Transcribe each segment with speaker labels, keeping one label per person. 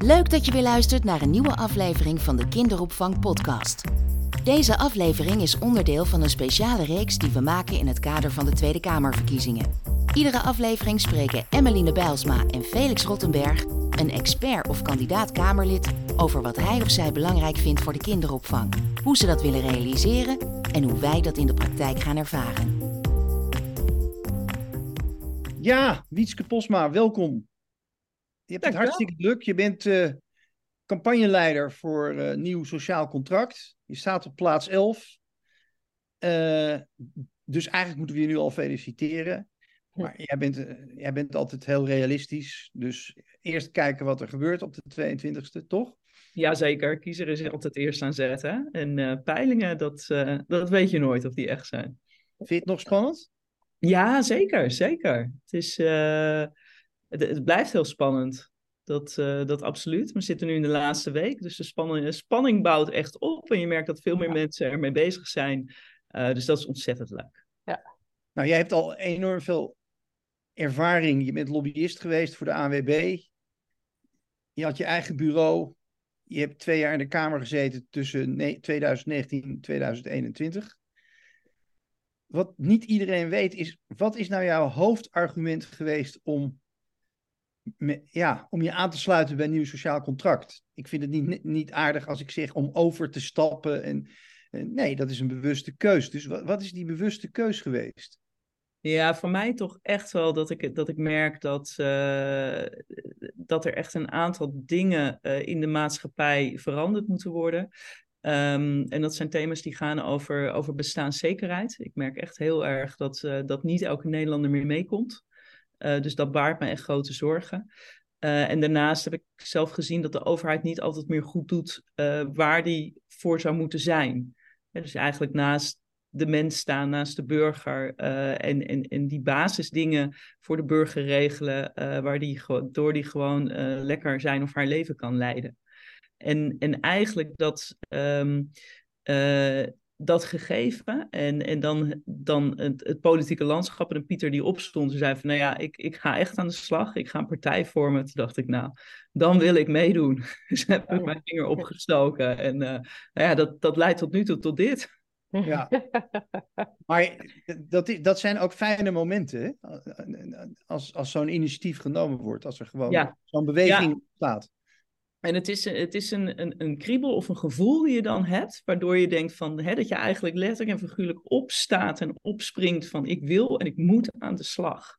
Speaker 1: Leuk dat je weer luistert naar een nieuwe aflevering van de Kinderopvang Podcast. Deze aflevering is onderdeel van een speciale reeks die we maken in het kader van de Tweede Kamerverkiezingen. Iedere aflevering spreken Emmeline Bijlsma en Felix Rottenberg, een expert of kandidaat Kamerlid, over wat hij of zij belangrijk vindt voor de kinderopvang, hoe ze dat willen realiseren en hoe wij dat in de praktijk gaan ervaren.
Speaker 2: Ja, Wietske Posma, welkom. Je hebt het hartstikke druk. Je bent campagneleider voor Nieuw Sociaal Contract. Je staat op plaats 11. Dus eigenlijk moeten we je nu al feliciteren. Maar jij bent altijd heel realistisch. Dus eerst kijken wat er gebeurt op de 22e, toch?
Speaker 3: Jazeker, kiezer is altijd eerst aan zet. Hè? En peilingen, dat weet je nooit of die echt zijn.
Speaker 2: Vind je het nog spannend?
Speaker 3: Ja, zeker, zeker. Het blijft heel spannend. Dat absoluut. We zitten nu in de laatste week, dus de spanning bouwt echt op. En je merkt dat veel meer mensen ermee bezig zijn. Dus dat is ontzettend leuk.
Speaker 2: Ja. Nou, jij hebt al enorm veel ervaring. Je bent lobbyist geweest voor de ANWB. Je had je eigen bureau. Je hebt 2 jaar in de Kamer gezeten tussen 2019 en 2021. Wat niet iedereen weet is, wat is nou jouw hoofdargument geweest om je aan te sluiten bij een nieuw sociaal contract? Ik vind het niet aardig als ik zeg om over te stappen. Nee, dat is een bewuste keus. Dus wat is die bewuste keus geweest?
Speaker 3: Ja, voor mij toch echt wel dat ik merk dat er echt een aantal dingen in de maatschappij veranderd moeten worden. En dat zijn thema's die gaan over bestaanszekerheid. Ik merk echt heel erg dat niet elke Nederlander meer meekomt. Dus dat baart me echt grote zorgen. En daarnaast heb ik zelf gezien dat de overheid niet altijd meer goed doet waar die voor zou moeten zijn. Dus eigenlijk naast de mens staan, naast de burger en die basisdingen voor de burger regelen, waardoor die gewoon lekker zijn of haar leven kan leiden. En eigenlijk dat gegeven en dan het politieke landschap en Pieter die opstond en zei van nou ja, ik ga echt aan de slag, ik ga een partij vormen. Toen dacht ik nou, dan wil ik meedoen. Dus heb ik mijn vinger opgestoken en dat leidt tot nu toe tot dit.
Speaker 2: Ja, maar dat zijn ook fijne momenten, hè? Als zo'n initiatief genomen wordt, als er gewoon zo'n beweging staat.
Speaker 3: En het is een kriebel of een gevoel die je dan hebt, waardoor je denkt van, dat je eigenlijk letterlijk en figuurlijk opstaat en opspringt van ik wil en ik moet aan de slag.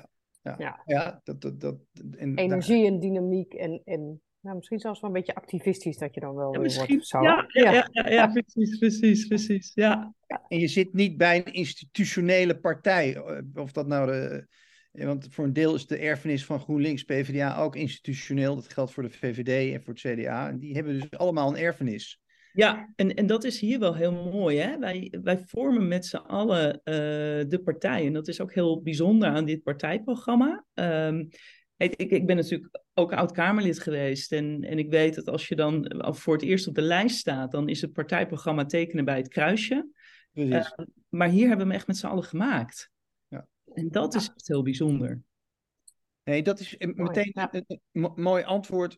Speaker 4: Energie en dynamiek en nou, misschien zelfs wel een beetje activistisch dat je dan wel wordt. Zo.
Speaker 3: Ja, precies. Ja.
Speaker 2: En je zit niet bij een institutionele partij, of dat nou want voor een deel is de erfenis van GroenLinks PvdA ook institutioneel. Dat geldt voor de VVD en voor het CDA. En die hebben dus allemaal een erfenis.
Speaker 3: Ja, en dat is hier wel heel mooi. Hè? Wij vormen met z'n allen de partij. En dat is ook heel bijzonder aan dit partijprogramma. Ik ben natuurlijk ook oud-Kamerlid geweest. En ik weet dat als je dan voor het eerst op de lijst staat, dan is het partijprogramma tekenen bij het kruisje. Maar hier hebben we hem echt met z'n allen gemaakt. En dat is echt heel bijzonder.
Speaker 2: Nee, dat is meteen een mooi antwoord.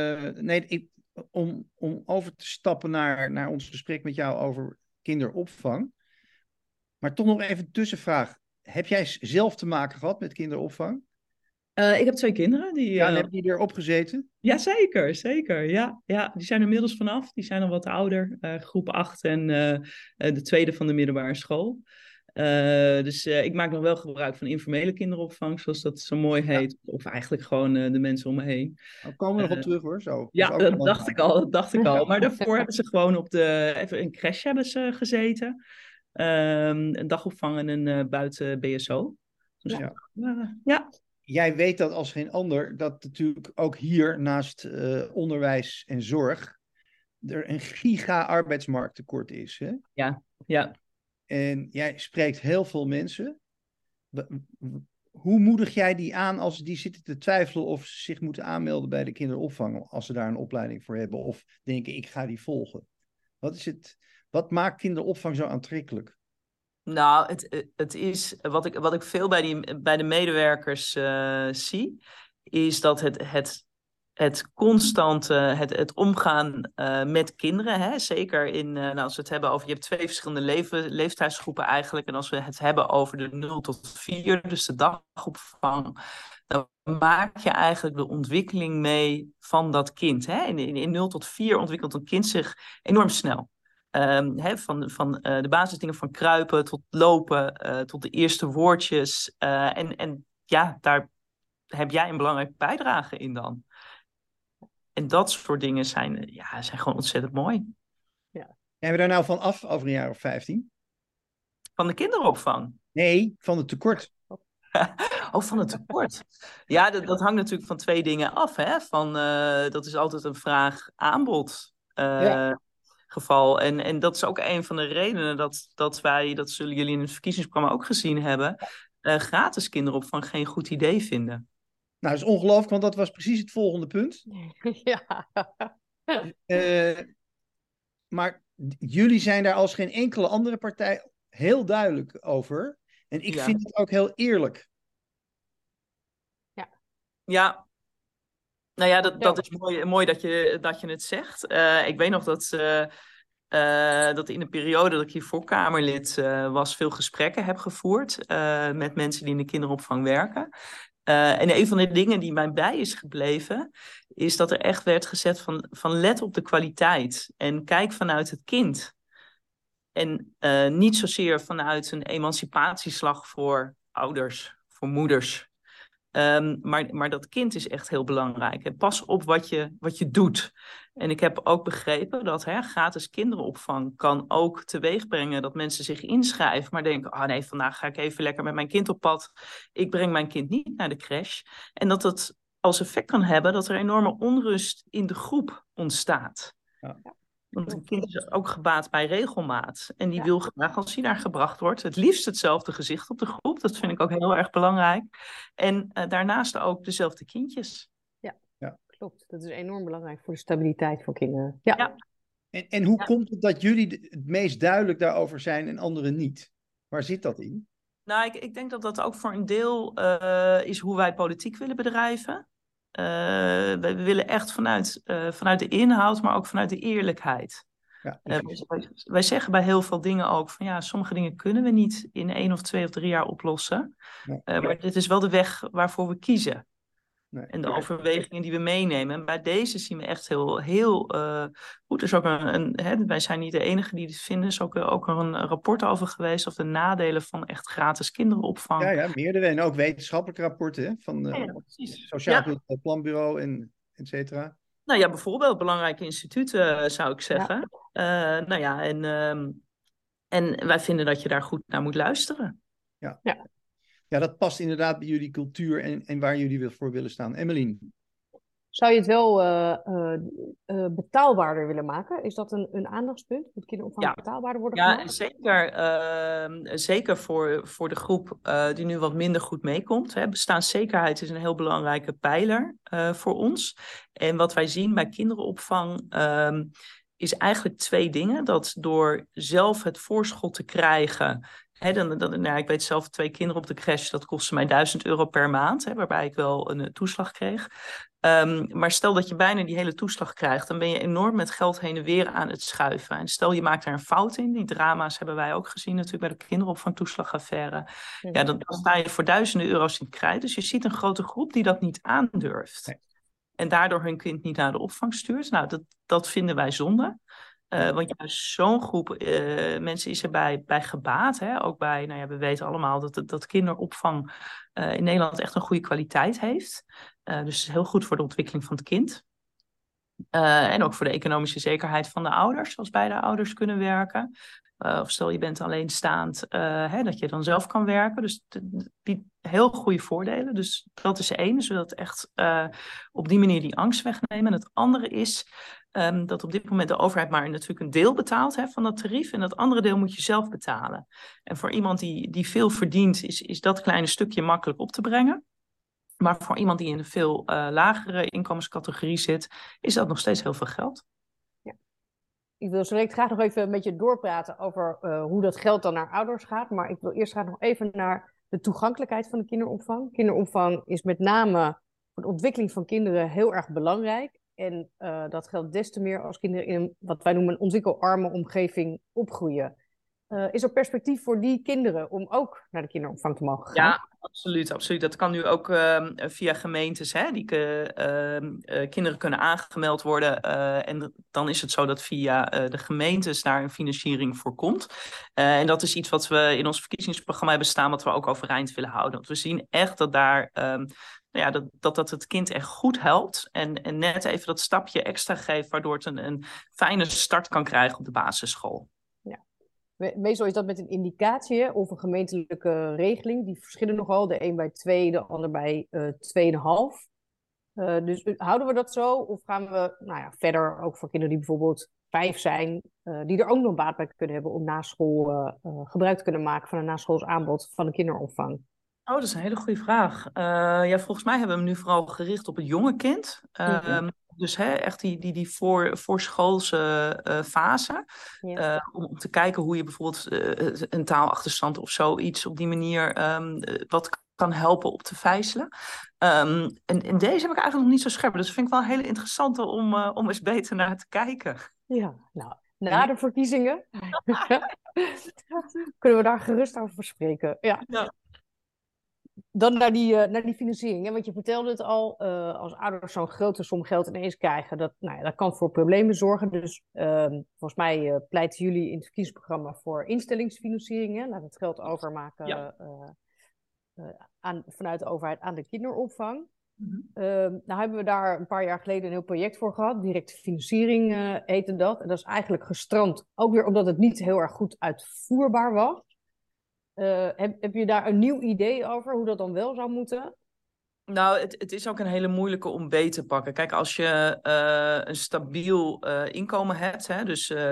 Speaker 2: Om over te stappen naar ons gesprek met jou over kinderopvang. Maar toch nog even een tussenvraag. Heb jij zelf te maken gehad met kinderopvang?
Speaker 3: Ik heb 2 kinderen.
Speaker 2: Hebben die erop gezeten?
Speaker 3: Ja, zeker. Ja, die zijn er inmiddels vanaf. Die zijn al wat ouder. Groep 8 en de tweede van de middelbare school. Dus ik maak nog wel gebruik van informele kinderopvang, zoals dat zo mooi heet. Of eigenlijk gewoon de mensen om me heen.
Speaker 2: We komen nog op terug hoor. Zo.
Speaker 3: Ja, dat dacht ik al. Maar daarvoor hebben ze gewoon even een crash hebben ze gezeten. Een dagopvang en een buiten BSO. Dus ja.
Speaker 2: Jij weet dat als geen ander, dat natuurlijk ook hier naast onderwijs en zorg er een giga-arbeidsmarkttekort is. Hè?
Speaker 3: Ja.
Speaker 2: En jij spreekt heel veel mensen. Hoe moedig jij die aan als die zitten te twijfelen of ze zich moeten aanmelden bij de kinderopvang als ze daar een opleiding voor hebben of denken ik ga die volgen? Wat maakt kinderopvang zo aantrekkelijk?
Speaker 3: Nou, het is wat ik veel bij de medewerkers zie, is dat het constante, het omgaan met kinderen. Hè? Zeker als we het hebben over, je hebt twee verschillende leeftijdsgroepen eigenlijk. En als we het hebben over de 0 tot 4, dus de dagopvang, dan maak je eigenlijk de ontwikkeling mee van dat kind. Hè? In 0 tot 4 ontwikkelt een kind zich enorm snel. Van de basisdingen van kruipen tot lopen, tot de eerste woordjes. En ja, daar heb jij een belangrijke bijdrage in dan. En dat soort dingen zijn gewoon ontzettend mooi.
Speaker 2: Zijn we daar nou van af over een jaar of 15?
Speaker 3: Van de kinderopvang?
Speaker 2: Nee, van het tekort.
Speaker 3: Van het tekort. Ja, dat hangt natuurlijk van twee dingen af. Hè? Dat is altijd een vraag-aanbod geval. En dat is ook een van de redenen dat wij, dat zullen jullie in het verkiezingsprogramma ook gezien hebben, gratis kinderopvang geen goed idee vinden.
Speaker 2: Nou, dat is ongelooflijk, want dat was precies het volgende punt.
Speaker 4: Ja.
Speaker 2: Maar jullie zijn daar als geen enkele andere partij heel duidelijk over. En ik vind het ook heel eerlijk.
Speaker 3: Ja. Nou ja, dat is mooi dat je het zegt. Ik weet nog dat in de periode dat ik hiervoor Kamerlid was, veel gesprekken heb gevoerd met mensen die in de kinderopvang werken. En een van de dingen die mij bij is gebleven, is dat er echt werd gezet van let op de kwaliteit en kijk vanuit het kind. En niet zozeer vanuit een emancipatieslag voor ouders, voor moeders. Maar dat kind is echt heel belangrijk. En pas op wat je doet. En ik heb ook begrepen dat gratis kinderopvang kan ook teweeg brengen dat mensen zich inschrijven, maar denken, oh nee, vandaag ga ik even lekker met mijn kind op pad. Ik breng mijn kind niet naar de crash. En dat het als effect kan hebben dat er enorme onrust in de groep ontstaat. Ja. Want een kind is ook gebaat bij regelmaat. En die wil graag, als hij daar gebracht wordt, het liefst hetzelfde gezicht op de groep. Dat vind ik ook heel erg belangrijk. En daarnaast ook dezelfde kindjes.
Speaker 4: Ja, klopt. Dat is enorm belangrijk voor de stabiliteit van kinderen. Ja.
Speaker 2: En hoe komt het dat jullie het meest duidelijk daarover zijn en anderen niet? Waar zit dat in?
Speaker 3: Nou, ik denk dat dat ook voor een deel is hoe wij politiek willen bedrijven. We willen echt vanuit de inhoud, maar ook vanuit de eerlijkheid. Ja, wij zeggen bij heel veel dingen ook van sommige dingen kunnen we niet in 1 of 2 of 3 jaar oplossen. Maar dit is wel de weg waarvoor we kiezen. En de overwegingen die we meenemen. En bij deze zien we echt heel goed. Er is ook wij zijn niet de enige die dit vinden. Er is ook een rapport over geweest over de nadelen van echt gratis kinderopvang.
Speaker 2: Ja, meerdere. En ook wetenschappelijke rapporten van het Sociaal Planbureau en et cetera.
Speaker 3: Nou ja, bijvoorbeeld belangrijke instituten zou ik zeggen. En wij vinden dat je daar goed naar moet luisteren.
Speaker 2: Ja, dat past inderdaad bij jullie cultuur en waar jullie voor willen staan. Emmeline?
Speaker 4: Zou je het wel betaalbaarder willen maken? Is dat een aandachtspunt? Moet kinderopvang betaalbaarder worden gemaakt?
Speaker 3: Ja, zeker voor de groep die nu wat minder goed meekomt. Bestaanszekerheid is een heel belangrijke pijler voor ons. En wat wij zien bij kinderopvang is eigenlijk 2 dingen. Dat door zelf het voorschot te krijgen. Ik weet zelf 2 kinderen op de crash, dat kostte mij €1000 per maand, waarbij ik wel een toeslag kreeg. Maar stel dat je bijna die hele toeslag krijgt, dan ben je enorm met geld heen en weer aan het schuiven. En stel je maakt er een fout in, die drama's hebben wij ook gezien natuurlijk bij de kinderopvangtoeslagaffaire. Ja, dan sta je voor duizenden euro's in het krijt. Dus je ziet een grote groep die dat niet aandurft. Nee. En daardoor hun kind niet naar de opvang stuurt. Nou, dat vinden wij zonde. Want juist zo'n groep mensen is erbij gebaat. Ook bij, we weten allemaal dat kinderopvang in Nederland echt een goede kwaliteit heeft. Dus het is heel goed voor de ontwikkeling van het kind. En ook voor de economische zekerheid van de ouders, als beide ouders kunnen werken. Of stel je bent alleenstaand, dat je dan zelf kan werken. Dus het biedt heel goede voordelen. Dus dat is 1, dus we dat echt op die manier die angst wegnemen. En het andere is dat op dit moment de overheid maar natuurlijk een deel betaalt van dat tarief. En dat andere deel moet je zelf betalen. En voor iemand die veel verdient, is dat kleine stukje makkelijk op te brengen. Maar voor iemand die in een veel lagere inkomenscategorie zit, is dat nog steeds heel veel geld.
Speaker 4: Ja. Ik wil zo direct graag nog even met je doorpraten over hoe dat geld dan naar ouders gaat. Maar ik wil eerst graag nog even naar de toegankelijkheid van de kinderopvang. Kinderopvang is met name voor de ontwikkeling van kinderen heel erg belangrijk. En dat geldt des te meer als kinderen in wat wij noemen een ontwikkelarme omgeving opgroeien. Is er perspectief voor die kinderen om ook naar de kinderopvang te mogen gaan?
Speaker 3: Ja, absoluut, absoluut. Dat kan nu ook via gemeentes. Hè? Kinderen kunnen aangemeld worden. En dan is het zo dat via de gemeentes daar een financiering voor komt. En dat is iets wat we in ons verkiezingsprogramma hebben staan, wat we ook overeind willen houden. Want we zien echt dat daar dat het kind echt goed helpt. En net even dat stapje extra geeft, waardoor het een fijne start kan krijgen op de basisschool.
Speaker 4: Meestal is dat met een indicatie of een gemeentelijke regeling. Die verschillen nogal. De een bij 2, de ander bij 2,5. Dus houden we dat zo? Of gaan we verder ook voor kinderen die bijvoorbeeld 5 zijn, die er ook nog baat bij kunnen hebben om na school gebruik te kunnen maken van een naschools aanbod van de kinderopvang?
Speaker 3: Oh, dat is een hele goede vraag. Volgens mij hebben we hem nu vooral gericht op het jonge kind. Dus echt die voorschoolse fase.
Speaker 4: Ja.
Speaker 3: Om te kijken hoe je bijvoorbeeld een taalachterstand of zoiets op die manier wat kan helpen op te vijzelen. En deze heb ik eigenlijk nog niet zo scherp. Dus dat vind ik wel een hele interessante om eens beter naar te kijken.
Speaker 4: Ja, nou, na de verkiezingen kunnen we daar gerust over spreken. Ja. Dan naar die financiering. Hè? Want je vertelde het al, als ouders zo'n grote som geld ineens krijgen, dat kan voor problemen zorgen. Dus volgens mij pleiten jullie in het verkiezingsprogramma voor instellingsfinanciering. Hè? Laat het geld overmaken vanuit de overheid aan de kinderopvang. Nou hebben we daar een paar jaar geleden een heel project voor gehad. Directe financiering heette dat. En dat is eigenlijk gestrand, ook weer omdat het niet heel erg goed uitvoerbaar was. Heb je daar een nieuw idee over hoe dat dan wel zou moeten?
Speaker 3: Nou, het is ook een hele moeilijke om beet te pakken. Kijk, als je een stabiel inkomen hebt, hè,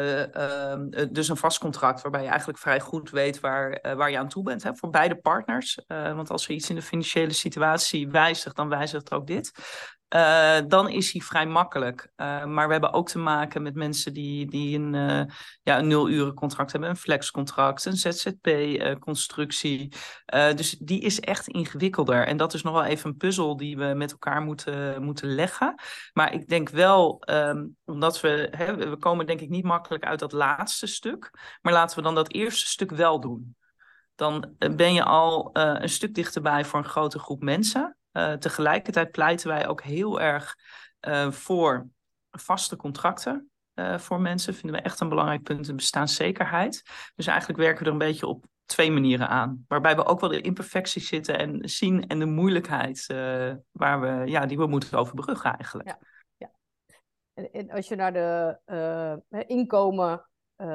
Speaker 3: dus een vast contract waarbij je eigenlijk vrij goed weet waar je aan toe bent, hè, voor beide partners. Want als er iets in de financiële situatie wijzigt, dan wijzigt ook dit. Dan is hij vrij makkelijk. Maar we hebben ook te maken met mensen die een 0-uren contract hebben, een flexcontract, een ZZP-constructie. Dus die is echt ingewikkelder. En dat is nog wel even een puzzel die we met elkaar moeten leggen. Maar ik denk wel, omdat we komen denk ik niet makkelijk uit dat laatste stuk. Maar laten we dan dat eerste stuk wel doen. Dan ben je al een stuk dichterbij voor een grote groep mensen. Tegelijkertijd pleiten wij ook heel erg voor vaste contracten voor mensen. Vinden we echt een belangrijk punt, een bestaanszekerheid. Dus eigenlijk werken we er een beetje op 2 manieren aan. Waarbij we ook wel de imperfecties zitten en zien en de moeilijkheid die we moeten overbruggen eigenlijk.
Speaker 4: Ja. En als je naar de inkomen...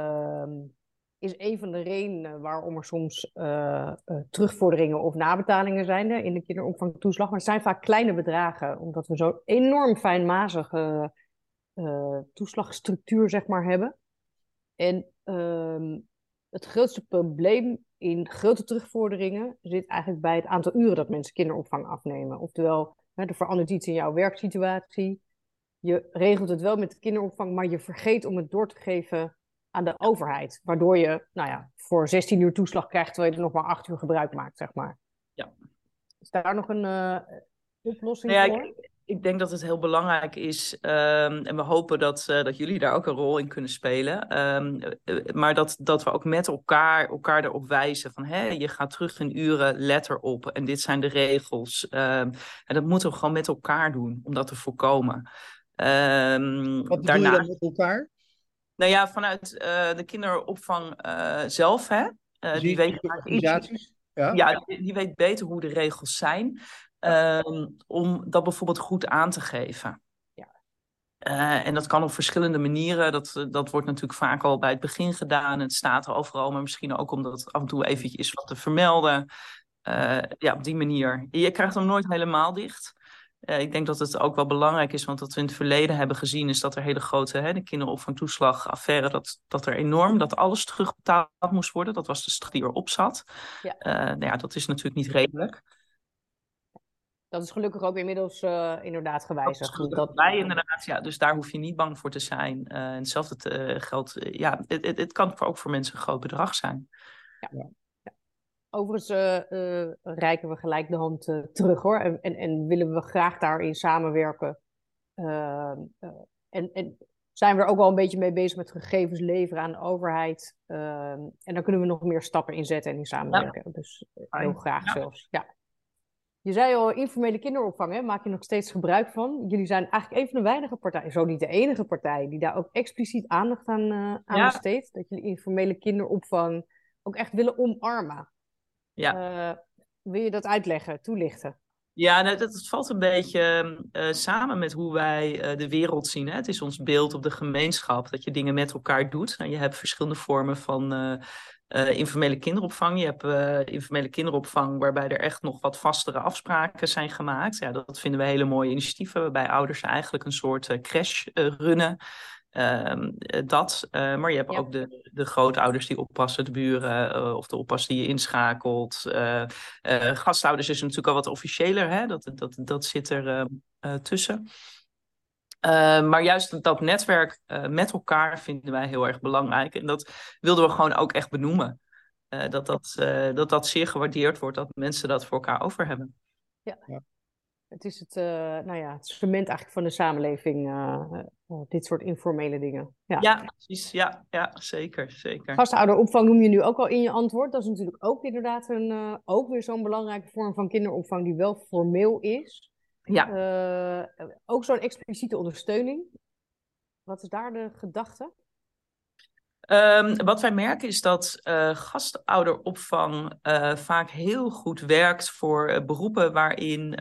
Speaker 4: is een van de redenen waarom er soms terugvorderingen of nabetalingen zijn in de kinderopvangtoeslag. Maar het zijn vaak kleine bedragen, omdat we zo'n enorm fijnmazige toeslagstructuur zeg maar hebben. En het grootste probleem in grote terugvorderingen zit eigenlijk bij het aantal uren dat mensen kinderopvang afnemen. Oftewel, er verandert iets in jouw werksituatie. Je regelt het wel met de kinderopvang, maar je vergeet om het door te geven aan de overheid. Waardoor je voor 16 uur toeslag krijgt, terwijl je er nog maar 8 uur gebruik maakt, zeg maar.
Speaker 3: Ja.
Speaker 4: Is daar nog een oplossing voor?
Speaker 3: Ik denk dat het heel belangrijk is, en we hopen dat jullie daar ook een rol in kunnen spelen, maar dat we ook met elkaar erop wijzen van je gaat terug in uren, let erop en dit zijn de regels. En dat moeten we gewoon met elkaar doen, om dat te voorkomen.
Speaker 2: Wat bedoel je dan met elkaar?
Speaker 3: Nou ja, vanuit de kinderopvang zelf, hè. Die weet beter hoe de regels zijn. Om dat bijvoorbeeld goed aan te geven.
Speaker 4: Ja.
Speaker 3: En dat kan op verschillende manieren. Dat wordt natuurlijk vaak al bij het begin gedaan. Het staat er overal, maar misschien ook om dat af en toe eventjes wat te vermelden. Op die manier. Je krijgt hem nooit helemaal dicht. Ik denk dat het ook wel belangrijk is, want wat we in het verleden hebben gezien is dat er hele grote, de kinderopvangtoeslagaffaire, dat er enorm, dat alles terugbetaald moest worden. Dat was de straf die erop zat. Ja. Dat is natuurlijk niet redelijk.
Speaker 4: Dat is gelukkig ook inmiddels inderdaad gewijzigd.
Speaker 3: Inderdaad, ja. Dus daar hoef je niet bang voor te zijn. En hetzelfde geldt, het kan ook voor mensen een groot bedrag zijn.
Speaker 4: Ja. Overigens reiken we gelijk de hand terug hoor. En willen we graag daarin samenwerken. En zijn we er ook wel een beetje mee bezig met gegevens leveren aan de overheid. En dan kunnen we nog meer stappen inzetten en in samenwerken. Ja. Dus heel graag zelfs. Ja. Je zei al, informele kinderopvang, hè, maak je nog steeds gebruik van. Jullie zijn eigenlijk een van de weinige partijen, zo niet de enige partij, die daar ook expliciet aandacht aan besteedt. Dat jullie informele kinderopvang ook echt willen omarmen. Ja. Wil je dat uitleggen, toelichten?
Speaker 3: Ja, dat valt een beetje samen met hoe wij de wereld zien. Hè? Het is ons beeld op de gemeenschap, dat je dingen met elkaar doet. En je hebt verschillende vormen van informele kinderopvang. Je hebt informele kinderopvang waarbij er echt nog wat vastere afspraken zijn gemaakt. Ja, dat vinden we hele mooie initiatieven, waarbij ouders eigenlijk een soort crash runnen. Maar je hebt ook de grootouders die oppassen, de buren of de oppas die je inschakelt. Gastouders is natuurlijk al wat officiëler, hè? Dat zit er tussen. Maar juist dat netwerk met elkaar vinden wij heel erg belangrijk. En dat wilden we gewoon ook echt benoemen. Dat zeer gewaardeerd wordt, dat mensen dat voor elkaar over hebben.
Speaker 4: Ja. Het is het cement eigenlijk van de samenleving, dit soort informele dingen.
Speaker 3: Ja, precies. Ja, zeker.
Speaker 4: Gastouderopvang noem je nu ook al in je antwoord. Dat is natuurlijk ook inderdaad ook weer zo'n belangrijke vorm van kinderopvang die wel formeel is. Ja. Ook zo'n expliciete ondersteuning. Wat is daar de gedachte?
Speaker 3: Wat wij merken is dat gastouderopvang vaak heel goed werkt voor beroepen waarin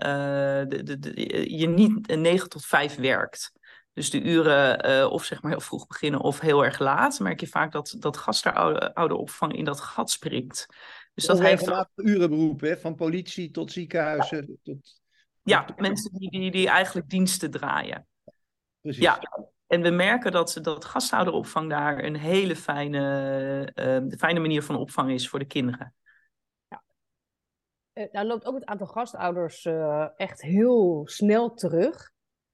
Speaker 3: je niet 9 tot 5 werkt. Dus de uren of zeg maar heel vroeg beginnen of heel erg laat. Merk je vaak dat gastouderopvang in dat gat springt. Dus dat heeft ook
Speaker 2: urenberoepen, van politie tot ziekenhuizen.
Speaker 3: Ja, mensen die eigenlijk diensten draaien.
Speaker 2: Precies.
Speaker 3: Ja. En we merken dat gastouderopvang daar een hele fijne manier van opvang is voor de kinderen.
Speaker 4: Ja. Nou loopt ook het aantal gastouders echt heel snel terug.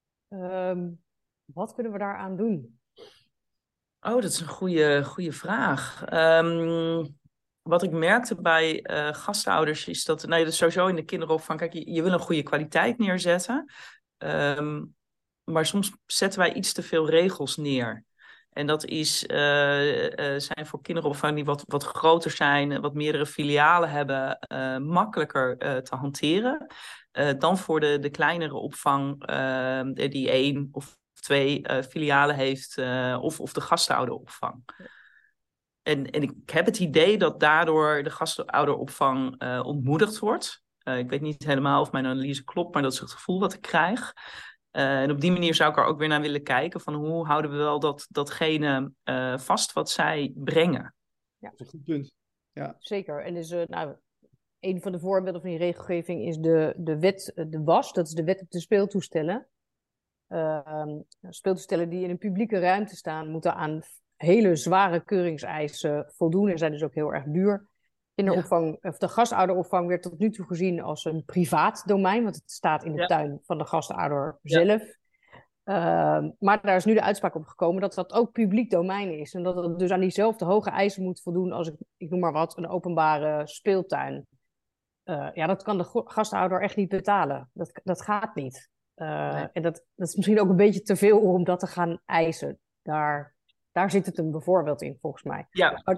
Speaker 4: Wat kunnen we daaraan doen?
Speaker 3: Oh, dat is een goede vraag. Wat ik merkte bij gastouders is dat sowieso in de kinderopvang, kijk, je wil een goede kwaliteit neerzetten. Maar soms zetten wij iets te veel regels neer. En dat zijn voor kinderopvang die wat groter zijn, wat meerdere filialen hebben, makkelijker te hanteren. Dan voor de kleinere opvang die 1 of 2 filialen heeft of de gastouderopvang. En ik heb het idee dat daardoor de gastouderopvang ontmoedigd wordt. Ik weet niet helemaal of mijn analyse klopt, maar dat is het gevoel wat ik krijg. En op die manier zou ik er ook weer naar willen kijken van hoe houden we wel datgene vast wat zij brengen.
Speaker 4: Ja.
Speaker 2: Dat is een goed punt. Ja.
Speaker 4: Zeker. En dus, een van de voorbeelden van die regelgeving is de wet, de WAS, dat is de wet op de speeltoestellen. Speeltoestellen die in een publieke ruimte staan, moeten aan hele zware keuringseisen voldoen en zijn dus ook heel erg duur. Of de gastouderopvang werd tot nu toe gezien als een privaat domein, want het staat in de tuin van de gastouder zelf. Maar daar is nu de uitspraak op gekomen dat dat ook publiek domein is. En dat het dus aan diezelfde hoge eisen moet voldoen als, ik noem maar wat, een openbare speeltuin. Dat kan de gastouder echt niet betalen. Dat gaat niet. En dat is misschien ook een beetje te veel om dat te gaan eisen. Daar zit het hem bijvoorbeeld in, volgens mij.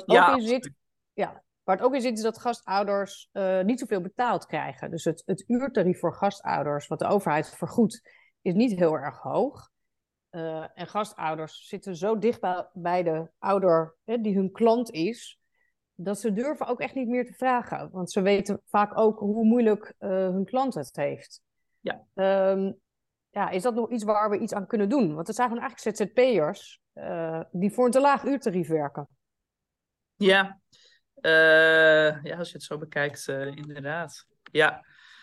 Speaker 4: Waar het ook in zit is dat gastouders niet zoveel betaald krijgen. Dus het uurtarief voor gastouders, wat de overheid vergoedt, is niet heel erg hoog. En gastouders zitten zo dicht bij de ouder die hun klant is, dat ze durven ook echt niet meer te vragen. Want ze weten vaak ook hoe moeilijk hun klant het heeft. Ja. Is dat nog iets waar we iets aan kunnen doen? Want het zijn gewoon eigenlijk ZZP'ers die voor een te laag uurtarief werken.
Speaker 3: Ja. Als je het zo bekijkt, inderdaad. Ja.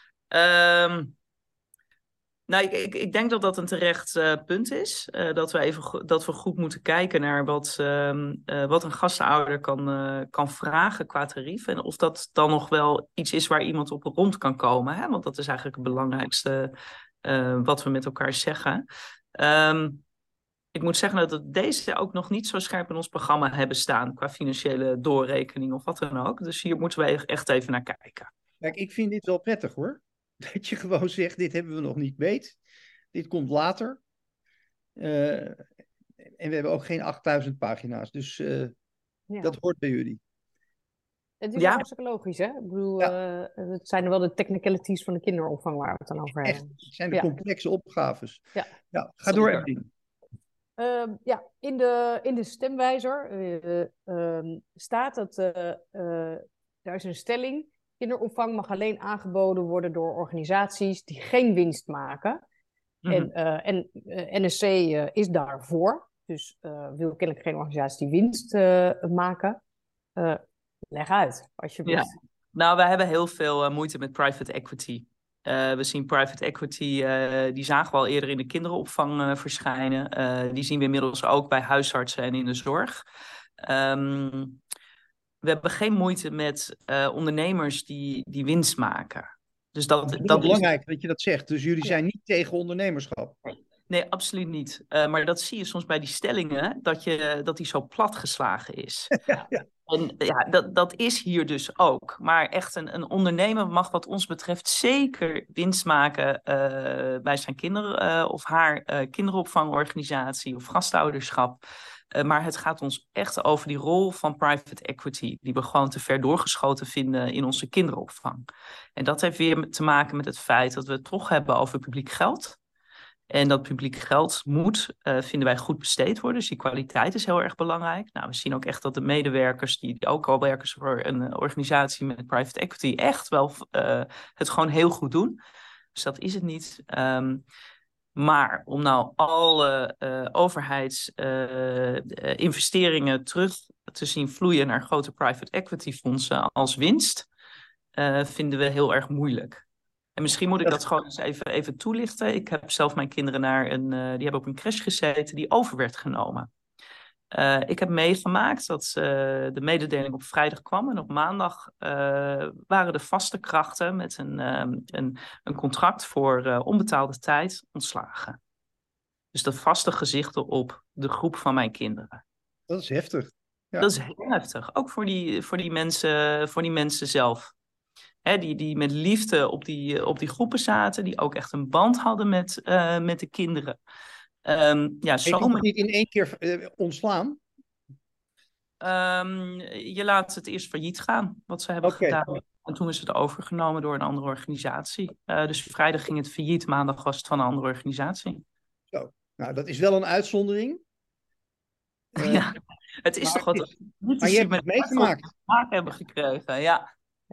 Speaker 3: Ik denk dat dat een terecht punt is. Dat we goed moeten kijken naar wat een gastouder kan vragen qua tarief. En of dat dan nog wel iets is waar iemand op rond kan komen. Hè? Want dat is eigenlijk het belangrijkste wat we met elkaar zeggen. Ik moet zeggen dat we deze ook nog niet zo scherp in ons programma hebben staan qua financiële doorrekening of wat dan ook. Dus hier moeten we echt even naar kijken.
Speaker 2: Kijk, ik vind dit wel prettig hoor. Dat je gewoon zegt, dit hebben we nog niet weet. Dit komt later. En we hebben ook geen 8000 pagina's. Dus dat hoort bij jullie.
Speaker 4: Het is hartstikke logisch, hè? Ik bedoel, het zijn wel de technicalities van de kinderopvang waar we het dan over hebben.
Speaker 2: Het zijn de complexe opgaves.
Speaker 4: Ja.
Speaker 2: Ga door, Evelien.
Speaker 4: In de stemwijzer staat dat daar is een stelling. Kinderopvang mag alleen aangeboden worden door organisaties die geen winst maken. Mm-hmm. En NSC is daarvoor. Dus wil kennelijk geen organisatie die winst maken. Leg uit, alsjeblieft.
Speaker 3: Ja. Nou, wij hebben heel veel moeite met private equity. We zien private equity, die zagen we al eerder in de kinderopvang verschijnen. Die zien we inmiddels ook bij huisartsen en in de zorg. We hebben geen moeite met ondernemers die winst maken. Dus dat is
Speaker 2: belangrijk dat je dat zegt. Dus jullie zijn niet tegen ondernemerschap.
Speaker 3: Nee, absoluut niet. Maar dat zie je soms bij die stellingen, dat die zo platgeslagen is. Ja. En dat is hier dus ook. Maar echt een ondernemer mag wat ons betreft zeker winst maken bij zijn kinderen of haar kinderopvangorganisatie of gastouderschap. Maar het gaat ons echt over die rol van private equity, die we gewoon te ver doorgeschoten vinden in onze kinderopvang. En dat heeft weer te maken met het feit dat we het toch hebben over publiek geld. En dat publiek geld vinden wij, goed besteed worden. Dus die kwaliteit is heel erg belangrijk. Nou, we zien ook echt dat de medewerkers, die ook al werken voor een organisatie met private equity, echt wel het gewoon heel goed doen. Dus dat is het niet. Maar om nou alle overheidsinvesteringen terug te zien vloeien naar grote private equity fondsen als winst, vinden we heel erg moeilijk. En misschien moet ik dat gewoon eens even toelichten. Ik heb zelf mijn kinderen die hebben op een crash gezeten die over werd genomen. Ik heb meegemaakt dat de mededeling op vrijdag kwam en op maandag waren de vaste krachten met een contract voor onbetaalde tijd ontslagen. Dus de vaste gezichten op de groep van mijn kinderen.
Speaker 2: Dat is heftig. Ja.
Speaker 3: Dat is heel heftig. Ook voor die mensen zelf. Die met liefde op die groepen zaten, die ook echt een band hadden met de kinderen.
Speaker 2: Heeft het niet in één keer ontslaan?
Speaker 3: Je laat het eerst failliet gaan, wat ze hebben gedaan. En toen is het overgenomen door een andere organisatie. Dus vrijdag ging het failliet, maandag was het van een andere organisatie.
Speaker 2: Zo. Nou, dat is wel een uitzondering.
Speaker 3: Ja, het is toch wat...
Speaker 2: Maar je hebt het meegemaakt.
Speaker 3: Hebben gekregen, ja.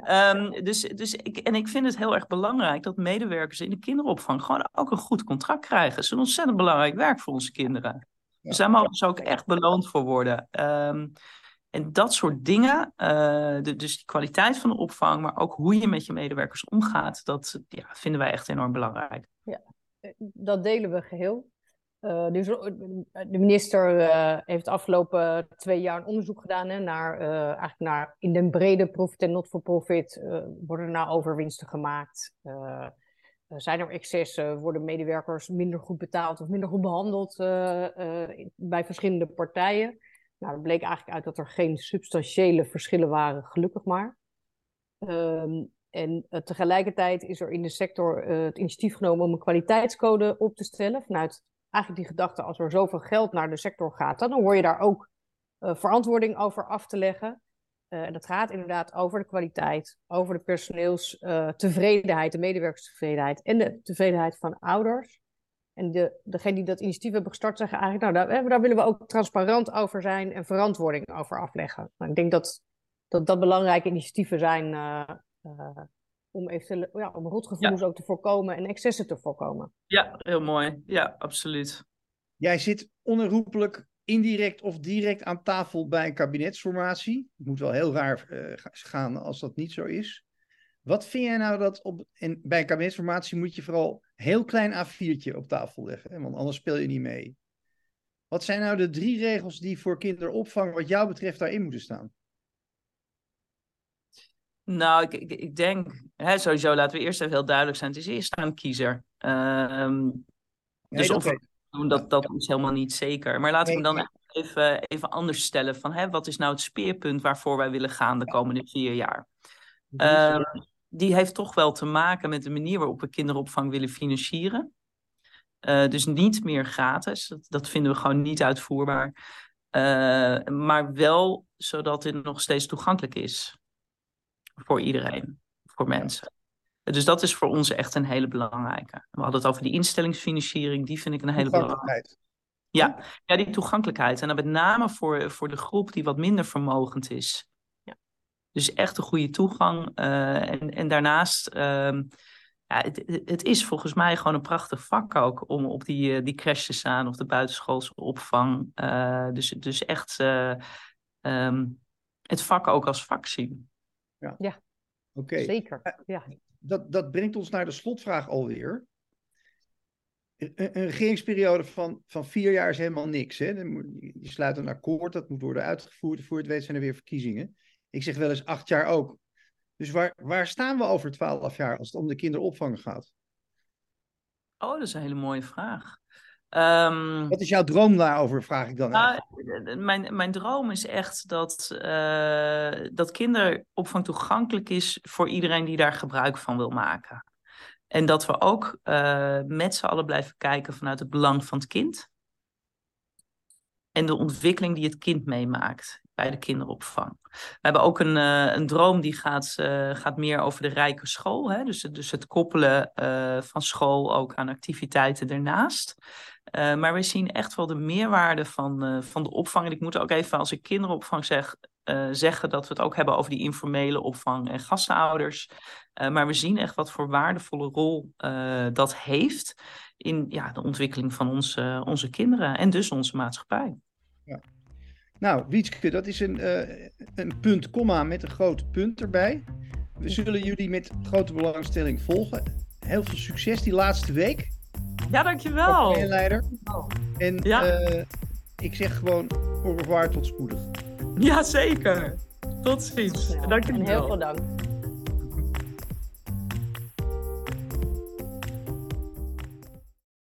Speaker 3: Ik vind het heel erg belangrijk dat medewerkers in de kinderopvang gewoon ook een goed contract krijgen. Het is een ontzettend belangrijk werk voor onze kinderen. Ja. Dus daar mogen ze ook echt beloond voor worden. En dat soort dingen, dus die kwaliteit van de opvang, maar ook hoe je met je medewerkers omgaat, dat vinden wij echt enorm belangrijk.
Speaker 4: Ja, dat delen we geheel. Dus de minister heeft de afgelopen 2 jaar een onderzoek gedaan naar in den brede profit en not-for-profit. Worden er nou overwinsten gemaakt? Zijn er excessen? Worden medewerkers minder goed betaald of minder goed behandeld bij verschillende partijen? Nou, er bleek eigenlijk uit dat er geen substantiële verschillen waren, gelukkig maar. En tegelijkertijd is er in de sector het initiatief genomen om een kwaliteitscode op te stellen vanuit eigenlijk die gedachte, als er zoveel geld naar de sector gaat, dan hoor je daar ook verantwoording over af te leggen. En dat gaat inderdaad over de kwaliteit, over de personeelstevredenheid, de medewerkerstevredenheid en de tevredenheid van ouders. En degene die dat initiatief hebben gestart zeggen eigenlijk, nou, daar willen we ook transparant over zijn en verantwoording over afleggen. Nou, ik denk dat belangrijke initiatieven zijn om rotgevoelens ook te voorkomen en excessen te voorkomen.
Speaker 3: Ja, heel mooi. Ja, absoluut.
Speaker 2: Jij zit onherroepelijk indirect of direct aan tafel bij een kabinetsformatie. Het moet wel heel raar gaan als dat niet zo is. Wat vind jij nou bij een kabinetsformatie moet je vooral heel klein A4'tje op tafel leggen, hè? Want anders speel je niet mee. Wat zijn nou de 3 regels die voor kinderopvang wat jou betreft daarin moeten staan?
Speaker 3: Nou, ik denk, sowieso laten we eerst even heel duidelijk zijn. Het is eerst aan een kiezer. doen, dat is helemaal niet zeker. Maar laten we
Speaker 2: Nee,
Speaker 3: dan even anders stellen van wat is nou het speerpunt waarvoor wij willen gaan de komende 4 jaar? Die heeft toch wel te maken met de manier waarop we kinderopvang willen financieren. Dus niet meer gratis, dat vinden we gewoon niet uitvoerbaar. Maar wel zodat het nog steeds toegankelijk is voor iedereen, voor mensen. Dus dat is voor ons echt een hele belangrijke. We hadden het over die instellingsfinanciering, die vind ik een hele belangrijke. Ja, die toegankelijkheid. En dan met name voor de groep die wat minder vermogend is. Ja. Dus echt een goede toegang. En daarnaast, het is volgens mij gewoon een prachtig vak ook om op die crash te staan of de buitenschoolse opvang. Dus echt het vak ook als vak zien.
Speaker 4: Ja.
Speaker 2: Oké.
Speaker 4: Zeker. Ja.
Speaker 2: Dat brengt ons naar de slotvraag alweer. Een regeringsperiode van 4 jaar is helemaal niks. Hè? Je sluit een akkoord, dat moet worden uitgevoerd. Voor het weet zijn er weer verkiezingen. Ik zeg wel eens 8 jaar ook. Dus waar staan we over 12 jaar als het om de kinderopvang gaat?
Speaker 3: Oh, dat is een hele mooie vraag.
Speaker 2: Wat is jouw droom daarover, vraag ik dan eigenlijk?
Speaker 3: Mijn droom is echt dat kinderopvang toegankelijk is voor iedereen die daar gebruik van wil maken. En dat we ook met z'n allen blijven kijken vanuit het belang van het kind. En de ontwikkeling die het kind meemaakt bij de kinderopvang. We hebben ook een droom die gaat meer over de rijke school. Hè? Dus het koppelen van school ook aan activiteiten ernaast. Maar we zien echt wel de meerwaarde van de opvang. En ik moet ook even, als ik kinderopvang zeg, zeggen dat we het ook hebben over die informele opvang en gastenouders. Maar we zien echt wat voor waardevolle rol dat heeft in de ontwikkeling van onze kinderen en dus onze maatschappij.
Speaker 2: Ja. Nou, Wietske, dat is een punt, komma met een groot punt erbij. We zullen jullie met grote belangstelling volgen. Heel veel succes die laatste week.
Speaker 3: Ja, dankjewel.
Speaker 2: Leider. En ik zeg gewoon au revoir, tot spoedig.
Speaker 3: Ja, zeker. Tot ziens. Dankjewel.
Speaker 4: En heel veel dank.